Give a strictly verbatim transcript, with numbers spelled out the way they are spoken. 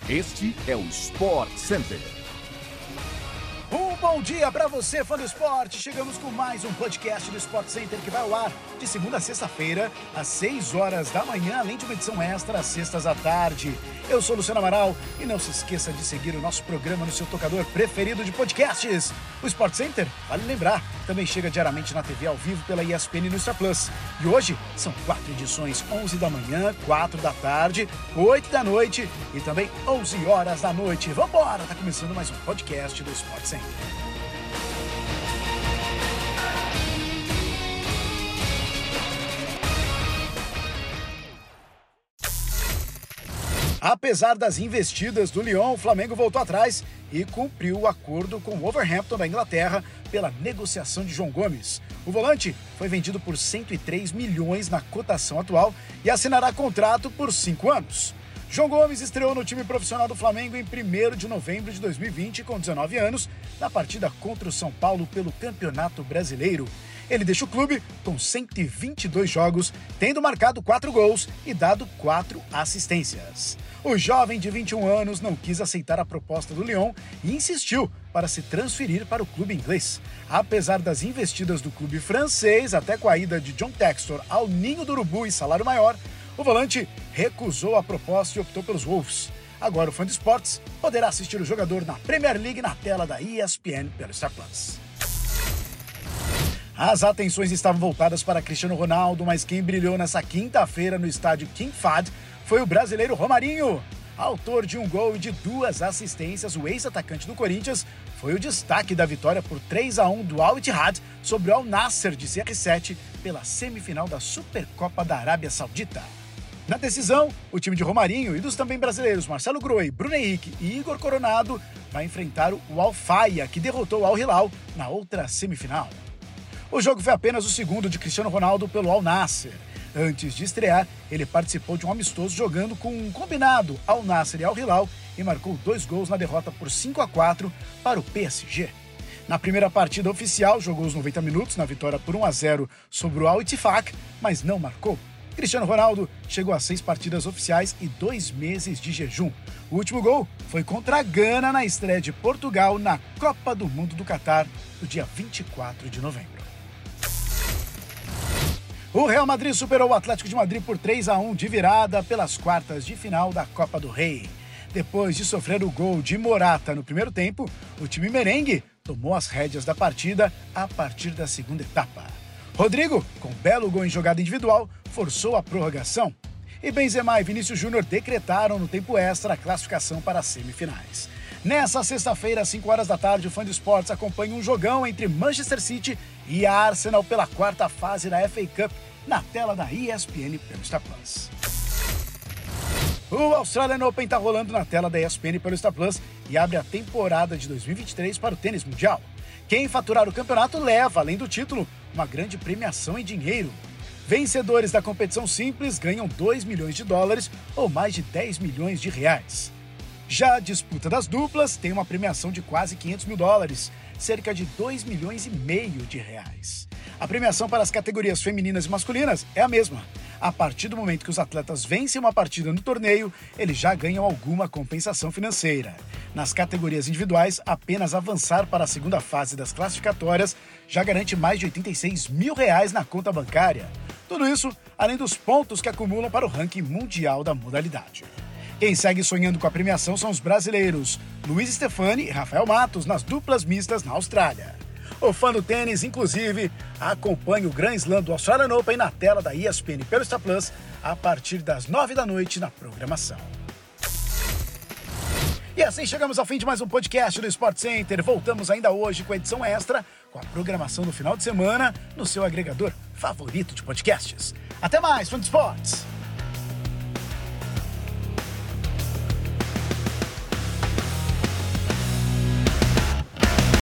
Este é o Sport Center. Um bom dia para você, fã do esporte. Chegamos com mais um podcast do Sport Center que vai ao ar de segunda a sexta-feira, às seis horas da manhã, além de uma edição extra às sextas à tarde. Eu sou Luciano Amaral e não se esqueça de seguir o nosso programa no seu tocador preferido de podcasts. O Sport Center, vale lembrar, também chega diariamente na T V ao vivo pela E S P N e no Star Plus. E hoje são quatro edições, onze da manhã, quatro da tarde, oito da noite e também onze horas da noite. Vambora, tá começando mais um podcast do Sport Center. Apesar das investidas do Lyon, o Flamengo voltou atrás e cumpriu o acordo com o Wolverhampton da Inglaterra pela negociação de João Gomes. O volante foi vendido por cento e três milhões na cotação atual e assinará contrato por cinco anos. João Gomes estreou no time profissional do Flamengo em primeiro de novembro de dois mil e vinte, com dezenove anos, na partida contra o São Paulo pelo Campeonato Brasileiro. Ele deixa o clube com cento e vinte e dois jogos, tendo marcado quatro gols e dado quatro assistências. O jovem de vinte e um anos não quis aceitar a proposta do Lyon e insistiu para se transferir para o clube inglês. Apesar das investidas do clube francês, até com a ida de John Textor ao Ninho do Urubu e salário maior, o volante recusou a proposta e optou pelos Wolves. Agora o fã de esportes poderá assistir o jogador na Premier League na tela da E S P N pelo Star Plus. As atenções estavam voltadas para Cristiano Ronaldo, mas quem brilhou nessa quinta-feira no estádio King Fahd foi o brasileiro Romarinho. Autor de um gol e de duas assistências, o ex-atacante do Corinthians foi o destaque da vitória por três a um do Al Ittihad sobre o Al Nassr de C R sete pela semifinal da Supercopa da Arábia Saudita. Na decisão, o time de Romarinho e dos também brasileiros Marcelo Groi, Bruno Henrique e Igor Coronado vai enfrentar o Al Faiha, que derrotou o Al Hilal na outra semifinal. O jogo foi apenas o segundo de Cristiano Ronaldo pelo Al Nassr. Antes de estrear, ele participou de um amistoso jogando com um combinado Al Nassr e Al Hilal e marcou dois gols na derrota por cinco a quatro para o P S G. Na primeira partida oficial, jogou os noventa minutos na vitória por um a zero sobre o Al Ittifaq, mas não marcou. Cristiano Ronaldo chegou a seis partidas oficiais e dois meses de jejum. O último gol foi contra a Gana na estreia de Portugal na Copa do Mundo do Catar, no dia vinte e quatro de novembro. O Real Madrid superou o Atlético de Madrid por três a um de virada pelas quartas de final da Copa do Rei. Depois de sofrer o gol de Morata no primeiro tempo, o time merengue tomou as rédeas da partida a partir da segunda etapa. Rodrigo, com belo gol em jogada individual, forçou a prorrogação. E Benzema e Vinícius Júnior decretaram no tempo extra a classificação para as semifinais. Nessa sexta-feira, às cinco horas da tarde, o Fã de Esportes acompanha um jogão entre Manchester City e Arsenal pela quarta fase da F A Cup na tela da E S P N pelo Star Plus. O Australian Open está rolando na tela da E S P N pelo Star Plus e abre a temporada de dois mil e vinte e três para o tênis mundial. Quem faturar o campeonato leva, além do título, uma grande premiação em dinheiro. Vencedores da competição simples ganham dois milhões de dólares ou mais de dez milhões de reais. Já a disputa das duplas tem uma premiação de quase quinhentos mil dólares, cerca de dois milhões e meio de reais. A premiação para as categorias femininas e masculinas é a mesma. A partir do momento que os atletas vencem uma partida no torneio, eles já ganham alguma compensação financeira. Nas categorias individuais, apenas avançar para a segunda fase das classificatórias já garante mais de oitenta e seis mil reais na conta bancária. Tudo isso, além dos pontos que acumulam para o ranking mundial da modalidade. Quem segue sonhando com a premiação são os brasileiros Luiz Stefani e Rafael Matos nas duplas mistas na Austrália. O fã do tênis, inclusive, acompanha o Grand Slam do Australian Open na tela da E S P N pelo Star Plus a partir das nove da noite na programação. E assim chegamos ao fim de mais um podcast do Sport Center. Voltamos ainda hoje com a edição extra, com a programação do final de semana no seu agregador favorito de podcasts. Até mais, fã de esportes!